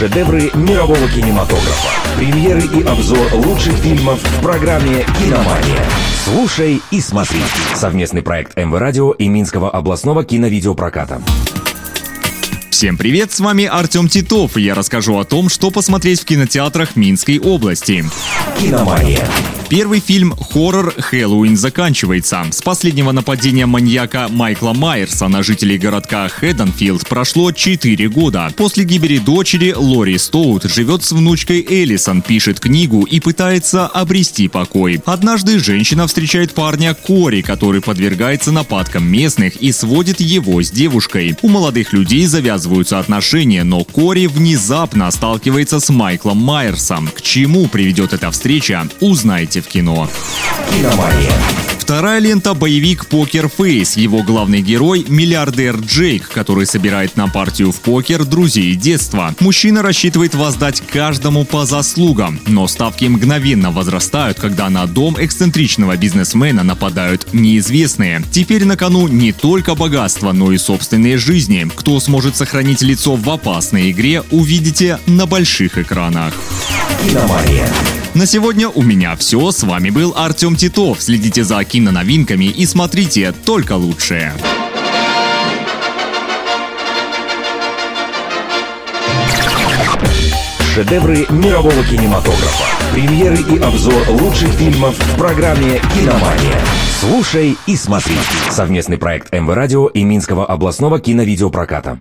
Шедевры мирового кинематографа. Премьеры и обзор лучших фильмов в программе «Киномания». Слушай и смотри. Совместный проект МВ Радио и Минского областного киновидеопроката. Всем привет, с вами Артем Титов, и я расскажу о том, что посмотреть в кинотеатрах Минской области. «Киномания». Первый фильм «Хоррор. Хэллоуин» заканчивается. С последнего нападения маньяка Майкла Майерса на жителей городка Хэдденфилд прошло 4 года. После гибели дочери Лори Стоут живет с внучкой Элисон, пишет книгу и пытается обрести покой. Однажды женщина встречает парня Кори, который подвергается нападкам местных и сводит его с девушкой. У молодых людей завязываются отношения, но Кори внезапно сталкивается с Майклом Майерсом. К чему приведет эта встреча, узнаете в кино. «Киномания». Вторая лента — боевик «Покер Фейс». Его главный герой — миллиардер Джейк, который собирает на партию в покер друзей детства. Мужчина рассчитывает воздать каждому по заслугам, но ставки мгновенно возрастают, когда на дом эксцентричного бизнесмена нападают неизвестные. Теперь на кону не только богатство, но и собственные жизни. Кто сможет сохранить лицо в опасной игре, увидите на больших экранах. «Киномания». На сегодня у меня все. С вами был Артем Титов. Следите за киноновинками и смотрите только лучшее. Шедевры мирового кинематографа. Премьеры и обзор лучших фильмов в программе «Киномания». Слушай и смотри. Совместный проект МВ Радио и Минского областного киновидеопроката.